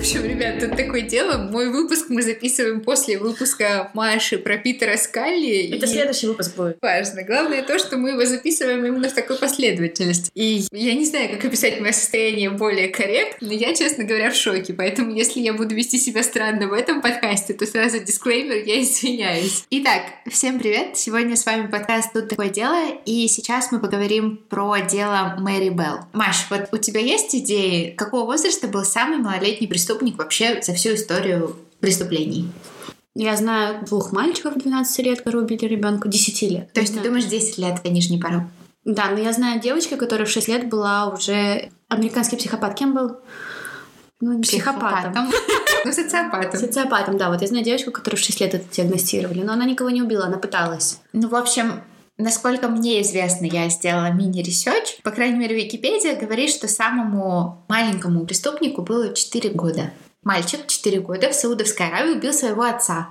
общем, ребят, тут такое дело. Мой выпуск мы записываем после выпуска Маши про Питера Скалли. Это следующий выпуск будет. Важно. Главное то, что мы его записываем именно в такой последовательности. И я не знаю, как описать мое состояние более корректно, но я, честно говоря, в шоке. Поэтому, если я буду вести себя странно в этом подкасте, то сразу дисклеймер, я извиняюсь. Итак, всем привет. Сегодня с вами подкаст «Тут такое дело», и сейчас мы поговорим про дело Мэри Белл. Маш, вот у тебя есть идеи, какого возраста был самый малолетний преступник вообще за всю историю преступлений? Я знаю 2 мальчиков 12 лет, которые убили ребенка 10 лет. То есть ты думаешь, 10 лет — это нижний порог? Да, но я знаю девочку, которая в 6 лет была уже... Американский психопат кем был? Ну, не психопатом. Ну, социопатом. Социопатом, да. Вот я знаю девочку, которую в 6 лет это диагностировали, но она никого не убила, она пыталась. Ну, в общем, насколько мне известно, я сделала мини-ресерч. По крайней мере, Википедия говорит, что самому маленькому преступнику было 4 года. Мальчик 4 года в Саудовской Аравии убил своего отца.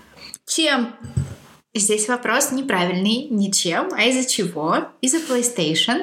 Чем? Здесь вопрос неправильный. Ничем, а из-за чего? Из-за PlayStation.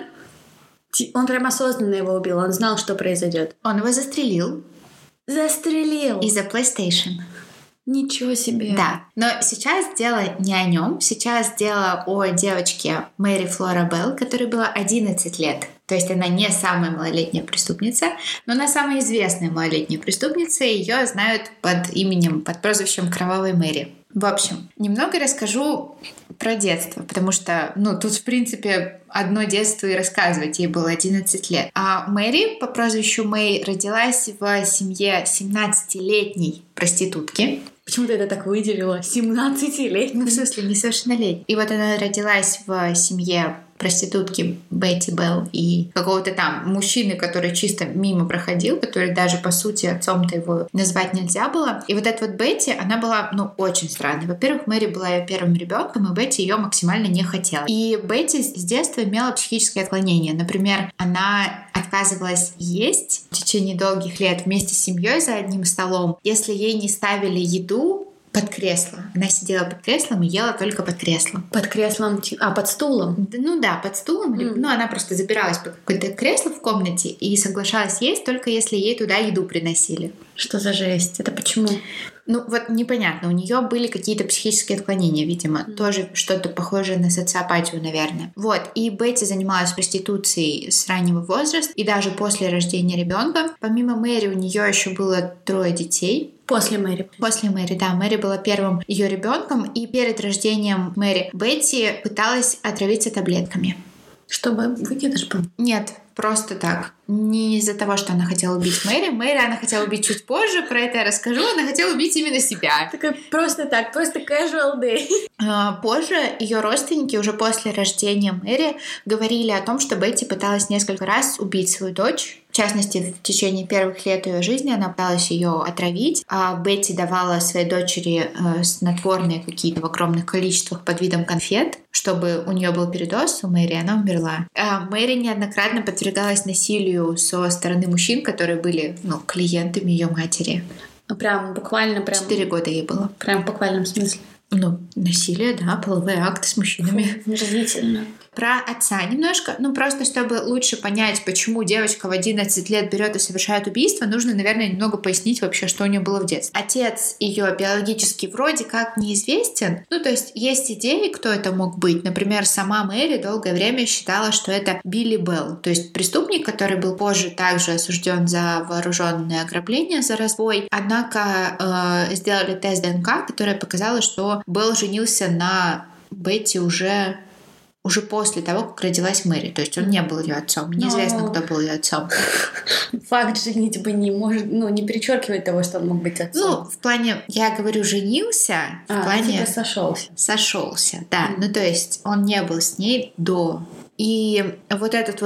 Он прям осознанно его убил, он знал, что произойдет. Он его застрелил. Застрелил? Из-за PlayStation. Ничего себе. Да, но сейчас дело не о нем. Сейчас дело о девочке Мэри Флора Белл, которой было 11 лет. То есть она не самая малолетняя преступница, но она самая известная малолетняя преступница. Ее знают под именем, под прозвищем Кровавой Мэри. В общем, немного расскажу про детство, потому что, тут, в принципе, одно детство и рассказывать. Ей было 11 лет. А Мэри по прозвищу Мэй родилась в семье 17-летней проститутки. Почему ты это так выделила? 17-летний. Ну, в смысле, несовершеннолетний. И вот она родилась в семье проститутки Бетти Белл и какого-то там мужчины, который чисто мимо проходил, который даже, по сути, отцом-то его назвать нельзя было. И вот эта вот Бетти, она была, очень странной. Во-первых, Мэри была ее первым ребенком, и Бетти ее максимально не хотела. И Бетти с детства имела психические отклонения. Например, она отказывалась есть в течение долгих лет вместе с семьей за одним столом. Если ей не ставили еду под кресло. Она сидела под креслом и ела только под креслом. Под креслом? Под стулом? Да, под стулом. Она просто забиралась под какое-то кресло в комнате и соглашалась есть только если ей туда еду приносили. Что за жесть? Это почему? Непонятно. У нее были какие-то психические отклонения, видимо. Тоже что-то похожее на социопатию, наверное. И Бетти занималась проституцией с раннего возраста, и даже после рождения ребенка. Помимо Мэри у нее еще было 3 детей. После Мэри, да. Мэри была первым ее ребенком, и перед рождением Мэри Бетти пыталась отравиться таблетками. Чтобы выкидыш был? Нет, просто так. Не из-за того, что она хотела убить Мэри. Мэри она хотела убить чуть позже, про это я расскажу. Она хотела убить именно себя. Просто casual day. Позже ее родственники уже после рождения Мэри говорили о том, что Бетти пыталась несколько раз убить свою дочь. В частности, в течение первых лет ее жизни она пыталась ее отравить. А Бетти давала своей дочери снотворные какие-то в огромных количествах под видом конфет, чтобы у нее был передоз у Мэри, она умерла. Мэри неоднократно подвергалась насилию со стороны мужчин, которые были, клиентами ее матери. Прям буквально 4 года ей было. Прям в буквальном смысле. Насилие, да, половые акты с мужчинами. Удивительно. Про отца немножко. Просто чтобы лучше понять, почему девочка в 11 лет берет и совершает убийство, нужно, наверное, немного пояснить вообще, что у нее было в детстве. Отец ее биологически вроде как неизвестен. То есть есть идеи, кто это мог быть. Например, сама Мэри долгое время считала, что это Билли Белл, то есть преступник, который был позже также осужден за вооруженное ограбление, за разбой. Однако сделали тест ДНК, которая показала, что Белл женился на Бетти уже после того, как родилась Мэри. То есть он не был ее отцом. Неизвестно, кто был ее отцом. Факт женитьбы не может, не перечеркивает того, что он мог быть отцом. В плане, я говорю, женился, в плане... сошелся. Сошелся, да. То есть он не был с ней до... И вот этот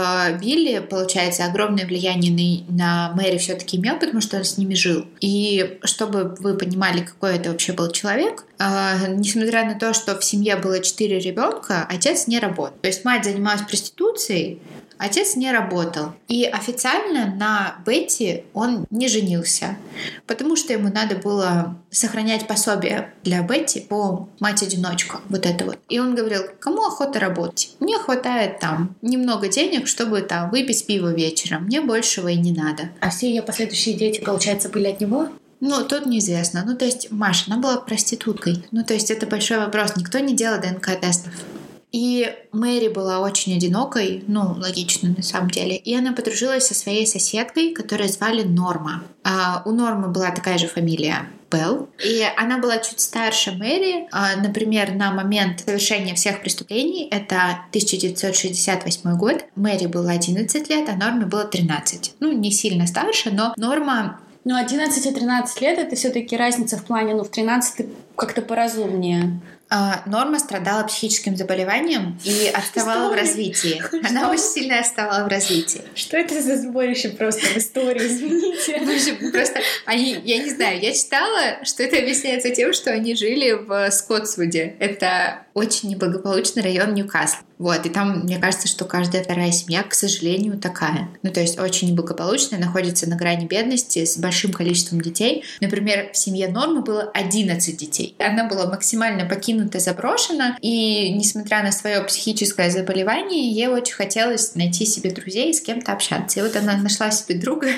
Билли, получается, огромное влияние на Мэри все-таки имел, потому что он с ними жил. И чтобы вы понимали, какой это вообще был человек, несмотря на то, что в семье было 4 ребенка, отец не работал. То есть мать занималась проституцией, Отец не работал. И официально на Бетти он не женился, потому что ему надо было сохранять пособие для Бетти по мать-одиночка. Вот это вот. И он говорил, кому охота работать? Мне хватает там немного денег, чтобы там выпить пиво вечером. Мне большего и не надо. А все ее последующие дети, получается, были от него? Ну, тут неизвестно. Ну, то есть, Маша, она была проституткой. Ну, то есть, это большой вопрос. Никто не делал ДНК-тестов. И Мэри была очень одинокой, ну, логично на самом деле. И она подружилась со своей соседкой, которую звали Норма. У Нормы была такая же фамилия Белл. И она была чуть старше Мэри. Например, на момент совершения всех преступлений, это 1968 год, Мэри было 11 лет, а Норме было 13. Ну, не сильно старше, но Норма... Ну, 11 и 13 лет — это все-таки разница в плане, ну, в 13 как-то поразумнее. Норма страдала психическим заболеванием и отставала в развитии. Она очень сильно отставала в развитии. Что это за сборище просто в истории, извините? Просто я не знаю, я читала, что это объясняется тем, что они жили в Скоттсвуде. Это очень неблагополучный район Ньюкасла. Вот, и там, мне кажется, что каждая вторая семья, к сожалению, такая. Ну, то есть очень неблагополучная, находится на грани бедности, с большим количеством детей. Например, в семье Нормы было 11 детей. Она была максимально покинута, заброшена, и, несмотря на свое психическое заболевание, ей очень хотелось найти себе друзей и с кем-то общаться. И вот она нашла себе друга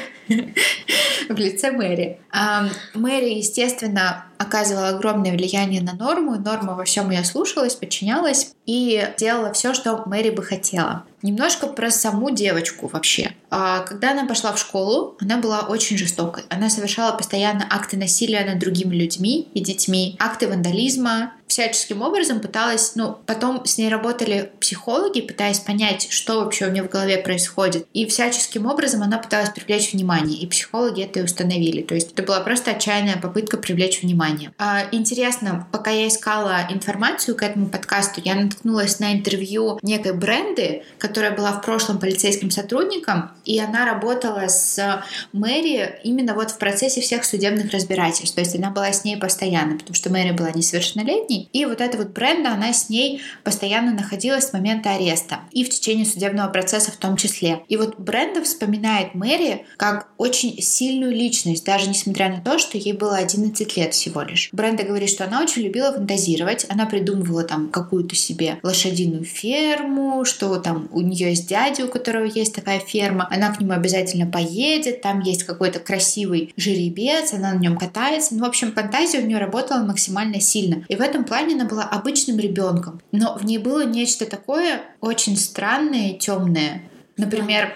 в лице Мэри. Мэри, естественно, оказывала огромное влияние на Норму, и Норма во всем ее слушалась, подчинялась и делала все, что Мэри бы хотела. Немножко про саму девочку вообще. Когда она пошла в школу, она была очень жестокой. Она совершала постоянно акты насилия над другими людьми и детьми, акты вандализма. Всяческим образом пыталась, потом с ней работали психологи, пытаясь понять, что вообще у нее в голове происходит. И всяческим образом она пыталась привлечь внимание, и психологи это и установили. То есть это была просто отчаянная попытка привлечь внимание. Интересно, пока я искала информацию к этому подкасту, я наткнулась на интервью некой Бренды, которая была в прошлом полицейским сотрудником, и она работала с Мэри именно вот в процессе всех судебных разбирательств. То есть она была с ней постоянно, потому что Мэри была несовершеннолетней, и вот эта вот Бренда, она с ней постоянно находилась с момента ареста и в течение судебного процесса в том числе. И вот Бренда вспоминает Мэри как очень сильную личность, даже несмотря на то, что ей было 11 лет всего лишь. Бренда говорит, что она очень любила фантазировать, она придумывала там какую-то себе лошадиную ферму, что там у нее есть дядя, у которого есть такая ферма, она к нему обязательно поедет, там есть какой-то красивый жеребец, она на нем катается. В общем, фантазия у нее работала максимально сильно. И в этом плане она была обычным ребенком. Но в ней было нечто такое очень странное и темное. Например,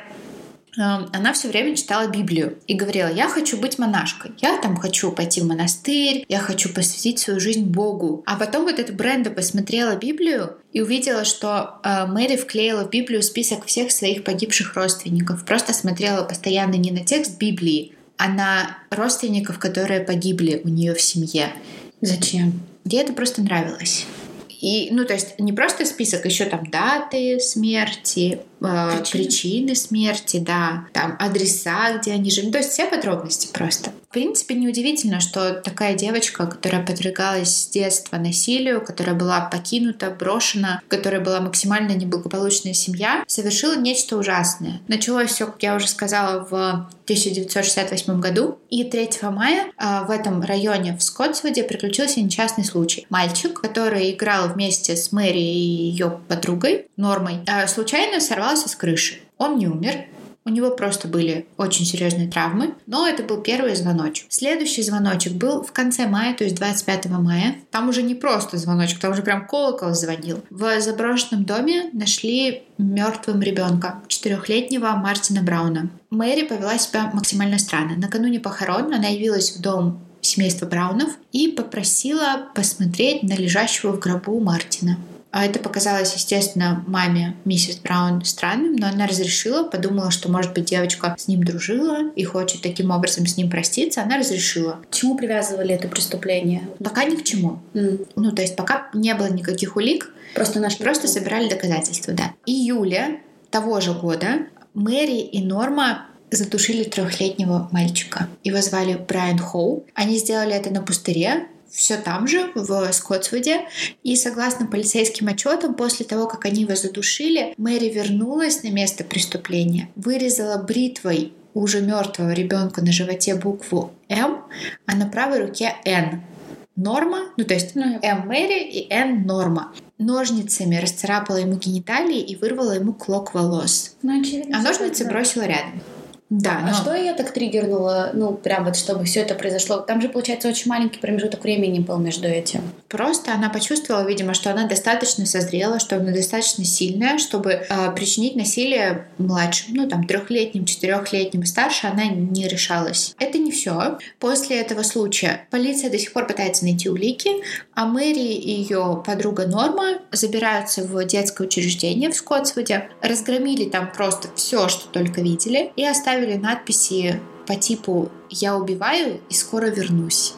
она все время читала Библию и говорила: я хочу быть монашкой, я там хочу пойти в монастырь, я хочу посвятить свою жизнь Богу. А потом вот эта Бренда посмотрела Библию и увидела, что Мэри вклеила в Библию список всех своих погибших родственников. Просто смотрела постоянно не на текст Библии, а на родственников, которые погибли у нее в семье. Зачем? Ей это просто нравилось. И, то есть не просто список, еще там даты смерти, причины смерти, да, там адреса, где они жили, то есть все подробности просто. В принципе, неудивительно, что такая девочка, которая подвергалась с детства насилию, которая была покинута, брошена, в которой была максимально неблагополучная семья, совершила нечто ужасное. Началось все, как я уже сказала, в 1968 году, и 3 мая в этом районе в Скоттсвуде приключился несчастный случай. Мальчик, который играл вместе с Мэри и ее подругой Нормой, случайно сорвался с крыши. Он не умер. У него просто были очень серьезные травмы, но это был первый звоночек. Следующий звоночек был в конце мая, то есть 25 мая. Там уже не просто звоночек, там уже прям колокол звонил. В заброшенном доме нашли мертвым ребенка, 4-летнего Мартина Брауна. Мэри повела себя максимально странно. Накануне похорон она явилась в дом семейства Браунов и попросила посмотреть на лежащего в гробу Мартина. А это показалось, естественно, маме миссис Браун странным, но она разрешила, подумала, что, может быть, девочка с ним дружила и хочет таким образом с ним проститься. Она разрешила. К чему привязывали это преступление? Пока ни к чему. То есть пока не было никаких улик. Просто собирали доказательства, да. В июле того же года Мэри и Норма задушили 3-летнего мальчика. Его звали Брайан Хоу. Они сделали это на пустыре все там же, в Скоттсвуде. И согласно полицейским отчетам, после того, как они его задушили, Мэри вернулась на место преступления, вырезала бритвой уже мертвого ребенка на животе букву М, а на правой руке Н. Норма, то есть М Мэри и Н Норма. Ножницами расцарапала ему гениталии и вырвала ему клок волос. Очевидно, а ножницы бросила рядом. Да, А что ее так триггернуло, прям вот чтобы все это произошло? Там же, получается, очень маленький промежуток времени был между этим. Просто она почувствовала, видимо, что она достаточно созрела, что она достаточно сильная, чтобы причинить насилие младшим, 3-летним, 4-летним и старше она не решалась. Это не все. После этого случая полиция до сих пор пытается найти улики, а Мэри и ее подруга Норма забираются в детское учреждение в Скоттсвуде, разгромили там просто все, что только видели, и оставили надписи по типу «Я убиваю и скоро вернусь».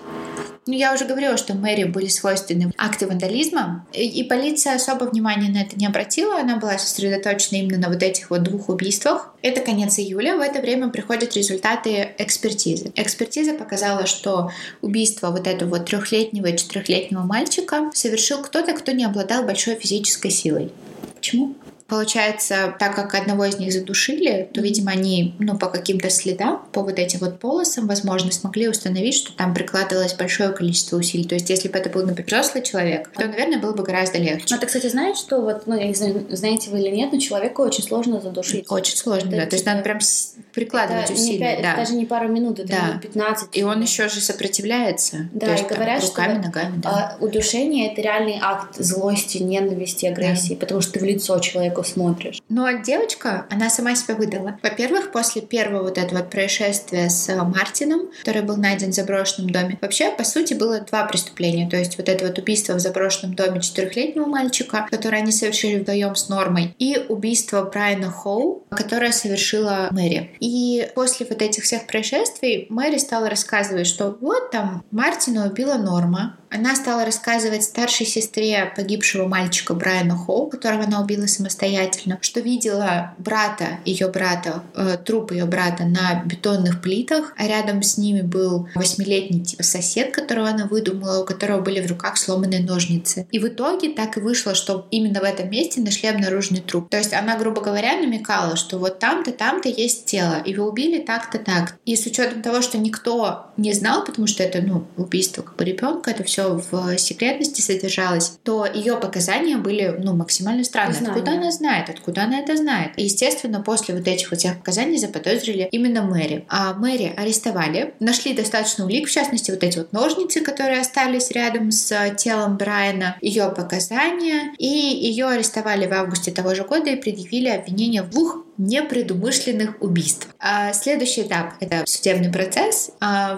Я уже говорила, что Мэри были свойственны акты вандализма, и полиция особо внимания на это не обратила, она была сосредоточена именно на вот этих вот 2 убийствах. Это конец июля, в это время приходят результаты экспертизы. Экспертиза показала, что убийство вот этого 3-летнего и 4-летнего мальчика совершил кто-то, кто не обладал большой физической силой. Почему? Получается, так как одного из них задушили, то, видимо, они, по каким-то следам, по вот этим вот полосам, возможно, смогли установить, что там прикладывалось большое количество усилий. То есть, если бы это был, например, взрослый человек, то, наверное, было бы гораздо легче. А ты, кстати, знаешь, что я не знаю, знаете вы или нет, но человека очень сложно задушить. Очень сложно, да. То есть, надо прям прикладывать усилия. Это даже не пару минут, это минут 15. И он еще же сопротивляется. Да, то есть, и говорят, руками, что ногами, да. Удушение — это реальный акт злости, ненависти, агрессии, потому что ты в лицо человеку смотришь. Но девочка, она сама себя выдала. Во-первых, после первого вот этого происшествия с Мартином, который был найден в заброшенном доме, вообще, по сути, было 2 преступления. То есть вот это вот убийство в заброшенном доме 4-летнего мальчика, которое они совершили вдвоем с Нормой, и убийство Брайана Хоу, которое совершила Мэри. И после вот этих всех происшествий Мэри стала рассказывать, что вот там Мартина убила Норма. Она стала рассказывать старшей сестре погибшего мальчика Брайана Хоу, которого она убила самостоятельно, что видела труп ее брата на бетонных плитах, а рядом с ними был 8-летний сосед, которого она выдумала, у которого были в руках сломанные ножницы. И в итоге так и вышло, что именно в этом месте нашли обнаруженный труп. То есть она, грубо говоря, намекала, что вот там-то есть тело, и вы убили так-то, так. И с учетом того, что никто не знал, потому что это, убийство ребенка, это все в секретности содержалось, то ее показания были, максимально странные. Откуда она знает? Откуда она это знает? И, естественно, после вот этих вот всех показаний заподозрили именно Мэри. А Мэри арестовали, нашли достаточно улик, в частности, вот эти вот ножницы, которые остались рядом с телом Брайана, ее показания, и ее арестовали в августе того же года и предъявили обвинение в 2 непредумышленных убийств. Следующий этап — это судебный процесс.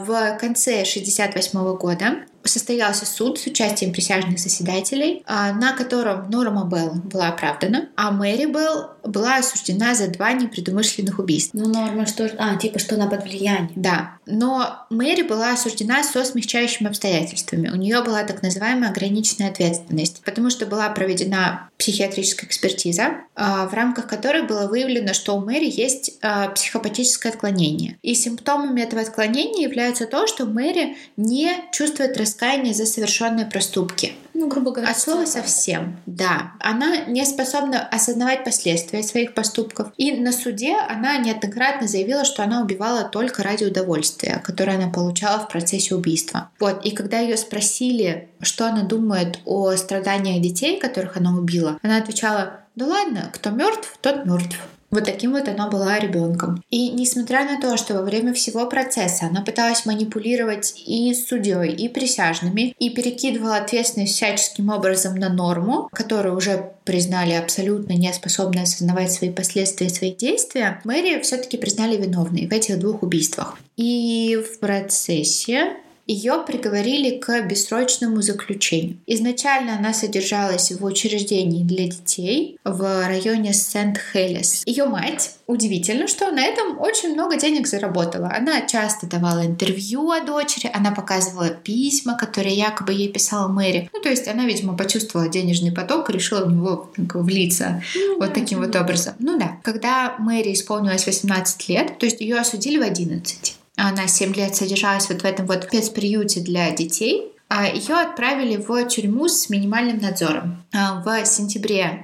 В конце 1968 года состоялся суд с участием присяжных заседателей, на котором Норма Белл была оправдана, а Мэри Белл была осуждена за 2 непредумышленных убийств. Норма что она под влиянием. Да, но Мэри была осуждена со смягчающими обстоятельствами. У нее была так называемая ограниченная ответственность, потому что была проведена психиатрическая экспертиза, в рамках которой было выявлено, что у Мэри есть психопатическое отклонение. И симптомами этого отклонения является то, что Мэри не чувствует раскаяния за совершенные проступки. Грубо говоря, от слова совсем. Да. Она не способна осознавать последствия своих поступков. И на суде она неоднократно заявила, что она убивала только ради удовольствия, которое она получала в процессе убийства. И когда ее спросили, что она думает о страданиях детей, которых она убила, она отвечала: да ладно, кто мертв, тот мертв. Вот таким вот она была ребенком. И несмотря на то, что во время всего процесса она пыталась манипулировать и с судьей, и присяжными, и перекидывала ответственность всяческим образом на Норму, которую уже признали абсолютно неспособной осознавать свои последствия и свои действия, Мэри все-таки признали виновной в этих 2 убийствах. И в процессе ее приговорили к бессрочному заключению. Изначально она содержалась в учреждении для детей в районе Сент-Хелес. Ее мать, удивительно, что на этом очень много денег заработала. Она часто давала интервью о дочери, она показывала письма, которые якобы ей писала Мэри. То есть она, видимо, почувствовала денежный поток и решила в него влиться таким вот образом. Когда Мэри исполнилось 18 лет, то есть ее осудили в 11. Она 7 лет содержалась в этом спецприюте для детей. Ее отправили в тюрьму с минимальным надзором. В сентябре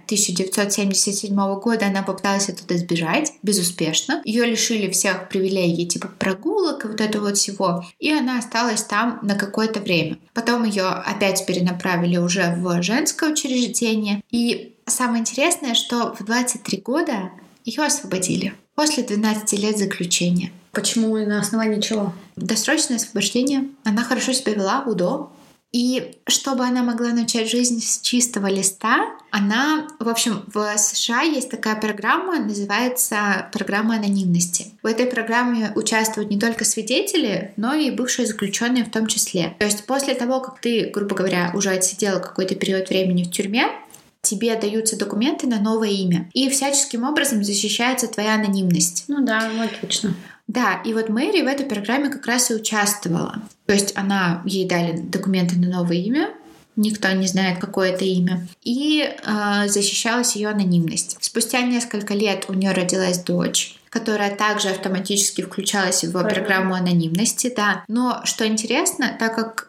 1977 года она попыталась оттуда сбежать, безуспешно. Ее лишили всех привилегий, типа прогулок и вот этого вот всего. И она осталась там на какое-то время. Потом ее опять перенаправили уже в женское учреждение. И самое интересное, что в 23 года ее освободили после 12 лет заключения. Почему и на основании чего? Досрочное освобождение. Она хорошо себя вела, УДО. И чтобы она могла начать жизнь с чистого листа, она, в общем, в США есть такая программа, называется программа анонимности. В этой программе участвуют не только свидетели, но и бывшие заключенные в том числе. То есть после того, как ты, грубо говоря, уже отсидела какой-то период времени в тюрьме, тебе даются документы на новое имя. И всяческим образом защищается твоя анонимность. Ну да, логично. Да, и вот Мэри в этой программе как раз и участвовала. То есть ей дали документы на новое имя, никто не знает, какое это имя, и защищалась ее анонимность. Спустя несколько лет у нее родилась дочь, которая также автоматически включалась в программу анонимности, да. Но что интересно, так как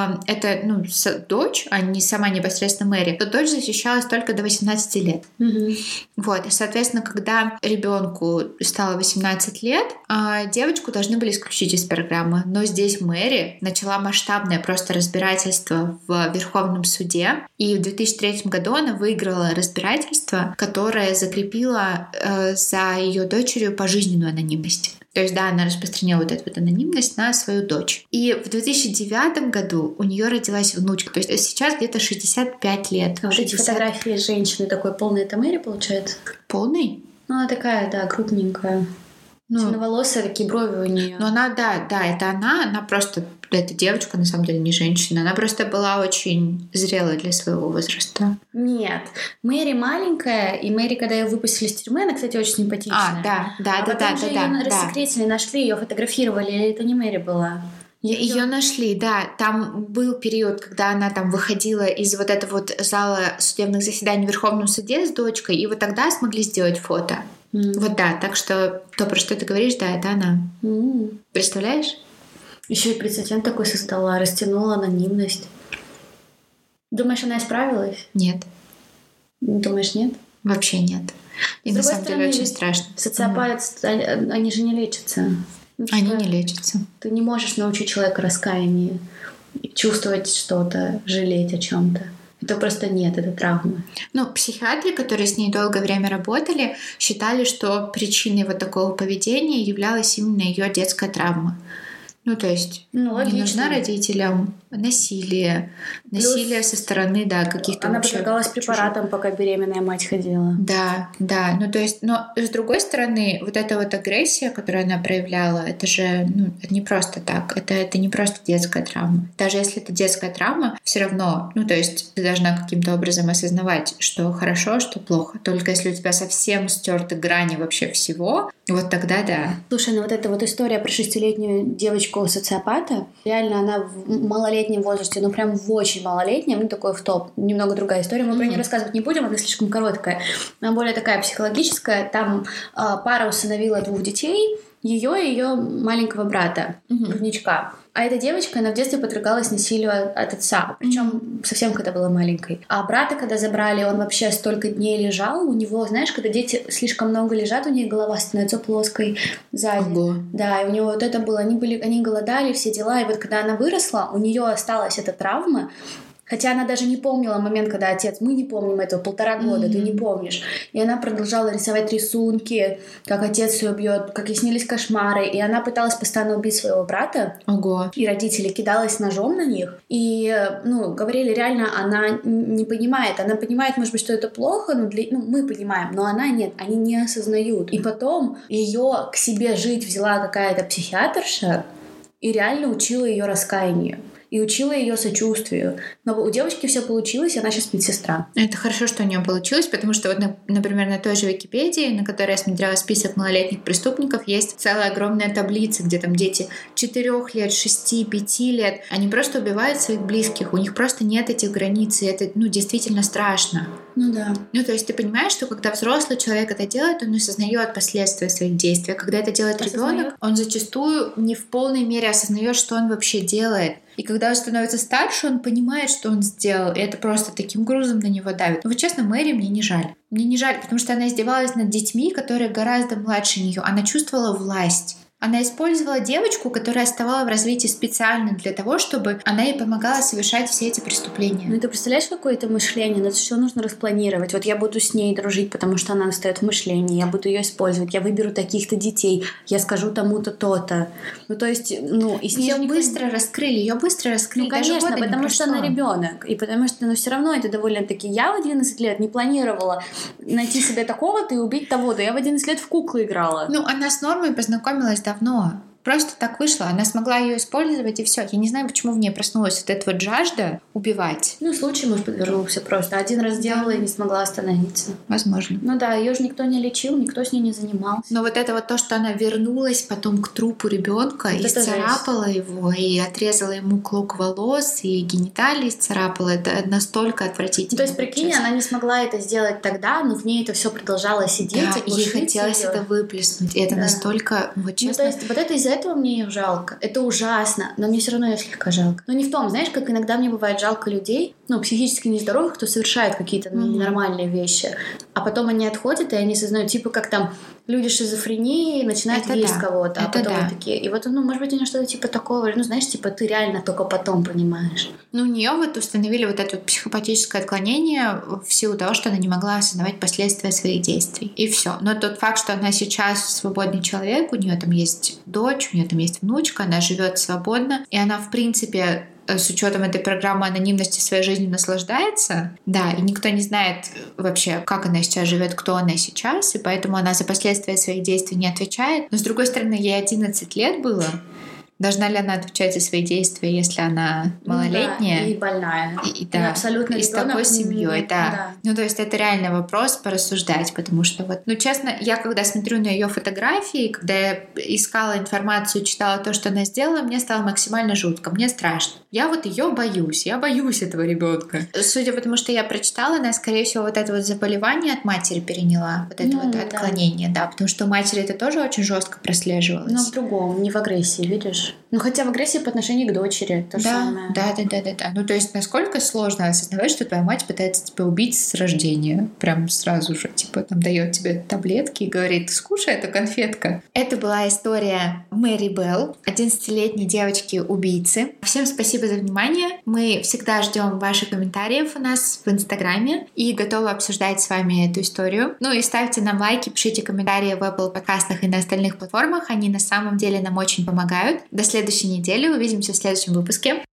это дочь, а не сама непосредственно Мэри, то дочь защищалась только до 18 лет. Вот, и, соответственно, когда ребенку стало 18 лет, девочку должны были исключить из программы. Но здесь Мэри начала масштабное просто разбирательство в Верховном суде, и в 2003 году она выиграла разбирательство, которое закрепило за ее дочерью пожизненную анонимность. То есть, да, она распространила вот эту вот анонимность на свою дочь. И в 2009 году у нее родилась внучка. То есть сейчас где-то 65 лет. А вот эти фотографии женщины такой полной, это Мэри, получается? Полный? Ну, она такая, да, крупненькая. Темноволосая, такие брови у нее. Ну, она, да, это она просто, эта девочка, на самом деле, не женщина. Она просто была очень зрелая для своего возраста. Нет, Мэри маленькая, и Мэри, когда ее выпустили из тюрьмы, она, кстати, очень симпатичная. Ее рассекретили, нашли, ее фотографировали, или это не Мэри была? Ее нашли, да. Там был период, когда она там выходила из вот этого вот зала судебных заседаний в Верховном суде с дочкой, и вот тогда смогли сделать фото. Вот да, так что то, про что ты говоришь, да, это она. Представляешь? Еще и прецедент такой создала, растянула анонимность. Думаешь, она исправилась? Нет. Думаешь, нет? Вообще нет. И на самом деле очень страшно. Социопаты, они же не лечатся. Они не лечатся. Ты не можешь научить человека раскаянию, чувствовать что-то, жалеть о чем-то. Это просто нет, это травма. Ну, психиатры, которые с ней долгое время работали, считали, что причиной вот такого поведения являлась именно ее детская травма. Ну, то есть не нужна родителям насилие со стороны, да, каких-то она подвергалась препаратам, пока беременная мать ходила. Да, ну, то есть, но с другой стороны, вот эта вот агрессия, которую она проявляла, это же, это не просто так, это не просто детская травма. Даже если это детская травма, все равно, то есть ты должна каким-то образом осознавать, что хорошо, что плохо. Только если у тебя совсем стерты грани вообще всего, вот тогда да. Слушай, вот эта вот история про 6-летнюю девочку-социопата, реально она в малолетнем возрасте, прям в очень малолетнем, такой в топ, немного другая история, мы про нее рассказывать не будем, она слишком короткая, она более такая психологическая, там пара усыновила 2 детей, ее и ее маленького брата, грудничка. А эта девочка, она в детстве подвергалась насилию от отца, причем совсем когда была маленькой. А брата, когда забрали, он вообще столько дней лежал. У него, знаешь, когда дети слишком много лежат, у них голова становится плоской сзади. Ого. Да, и у него вот это было. Они голодали, все дела. И вот когда она выросла, у нее осталась эта травма. Хотя она даже не помнила момент, когда отец... Мы не помним этого, 1,5 года, ты не помнишь. И она продолжала рисовать рисунки, как отец ее бьет, как ей снились кошмары. И она пыталась постоянно убить своего брата. Ого. И родители кидалась ножом на них. И, говорили, реально, она не понимает. Она понимает, может быть, что это плохо, но мы понимаем, но она нет, они не осознают. И потом ее к себе жить взяла какая-то психиатрша и реально учила ее раскаянию. И учила ее сочувствию. Но у девочки все получилось, и она сейчас медсестра. Это хорошо, что у нее получилось, потому что, вот, например, на той же Википедии, на которой я смотрела список малолетних преступников, есть целая огромная таблица, где там дети 4 лет, 6, 5 лет, они просто убивают своих близких, у них просто нет этих границ, и это, действительно страшно. Ну да. То есть ты понимаешь, что когда взрослый человек это делает, он осознает последствия своих действий. Когда это делает ребенок, он зачастую не в полной мере осознает, что он вообще делает. И когда он становится старше, он понимает, что он сделал, и это просто таким грузом на него давит. Но вот честно, Мэри мне не жаль. Мне не жаль, потому что она издевалась над детьми, которые гораздо младше нее. Она чувствовала власть. Она использовала девочку, которая отставала в развитии специально для того, чтобы она ей помогала совершать все эти преступления. Ну ты представляешь, какое это мышление? Но это все нужно распланировать. Вот я буду с ней дружить, потому что она настает в мышлении, я буду ее использовать, я выберу таких-то детей, я скажу тому-то, то-то. Ну то есть, ну и с ней ее быстро раскрыли. Ну конечно, потому что она ребенок, и потому что, но все равно это довольно-таки. Я в 11 лет не планировала найти себе такого-то и убить того-то. Я в 11 лет в куклы играла. Ну она с Нормой познакомилась давно. Просто так вышло. Она смогла ее использовать, и все. Я не знаю, почему в ней проснулась вот эта вот жажда убивать. Ну, случай, может, подвернулся просто. Один раз делала и не смогла остановиться. Возможно. Ну да, ее же никто не лечил, никто с ней не занимался. Но вот это вот то, что она вернулась потом к трупу ребенка и исцарапала его, и отрезала ему клок волос, и гениталии исцарапала, это настолько отвратительно. То есть, прикинь, она не смогла это сделать тогда, но в ней это все продолжало сидеть. Да, ей хотелось это выплеснуть. И это настолько, вот честно. Ну, то есть, вот это из-за этого мне ее жалко. Это ужасно, но мне все равно ее слегка жалко. Но не в том, знаешь, как иногда мне бывает жалко людей, ну, психически нездоровых, кто совершает какие-то ненормальные вещи, а потом они отходят, и они осознают, типа, как там люди с шизофренией начинают есть кого-то, а потом такие. И вот, ну, может быть, у нее что-то типа такого, ну, знаешь, типа, ты реально только потом понимаешь. Ну, у нее вот установили вот это вот психопатическое отклонение в силу того, что она не могла осознавать последствия своих действий. И все. Но тот факт, что она сейчас свободный человек, у нее там есть дочь, у нее там есть внучка, она живет свободно, и она, в принципе, с учетом этой программы анонимности своей жизнью наслаждается, да, и никто не знает вообще, как она сейчас живет, кто она сейчас, и поэтому она за последствия своих действий не отвечает. Но, с другой стороны, ей 11 лет было. Должна ли она отвечать за свои действия, если она малолетняя? Да, и больная. И да, абсолютно и с такой семьей, да. Ну, то есть это реально вопрос порассуждать, потому что вот, ну, честно, я когда смотрю на ее фотографии, когда я искала информацию, читала то, что она сделала, мне стало максимально жутко, мне страшно. Я вот ее боюсь, я боюсь этого ребенка. Судя по тому, что я прочитала, она, скорее всего, вот это вот заболевание от матери переняла, вот это вот отклонение, да, потому что у матери это тоже очень жестко прослеживалось. Но в другом, не в агрессии, видишь? Ну, хотя в агрессии по отношению к дочери то же самое. Да. Ну, то есть, насколько сложно осознавать, что твоя мать пытается тебя убить с рождения. Прям сразу же, типа, там дает тебе таблетки и говорит: скушай эту конфетка. Это была история Мэри Белл, 11-летней девочки-убийцы. Всем спасибо за внимание. Мы всегда ждем ваших комментариев у нас в Инстаграме и готовы обсуждать с вами эту историю. Ну и ставьте нам лайки, пишите комментарии в Apple подкастах и на остальных платформах. Они на самом деле нам очень помогают. До следующей недели. Увидимся в следующем выпуске.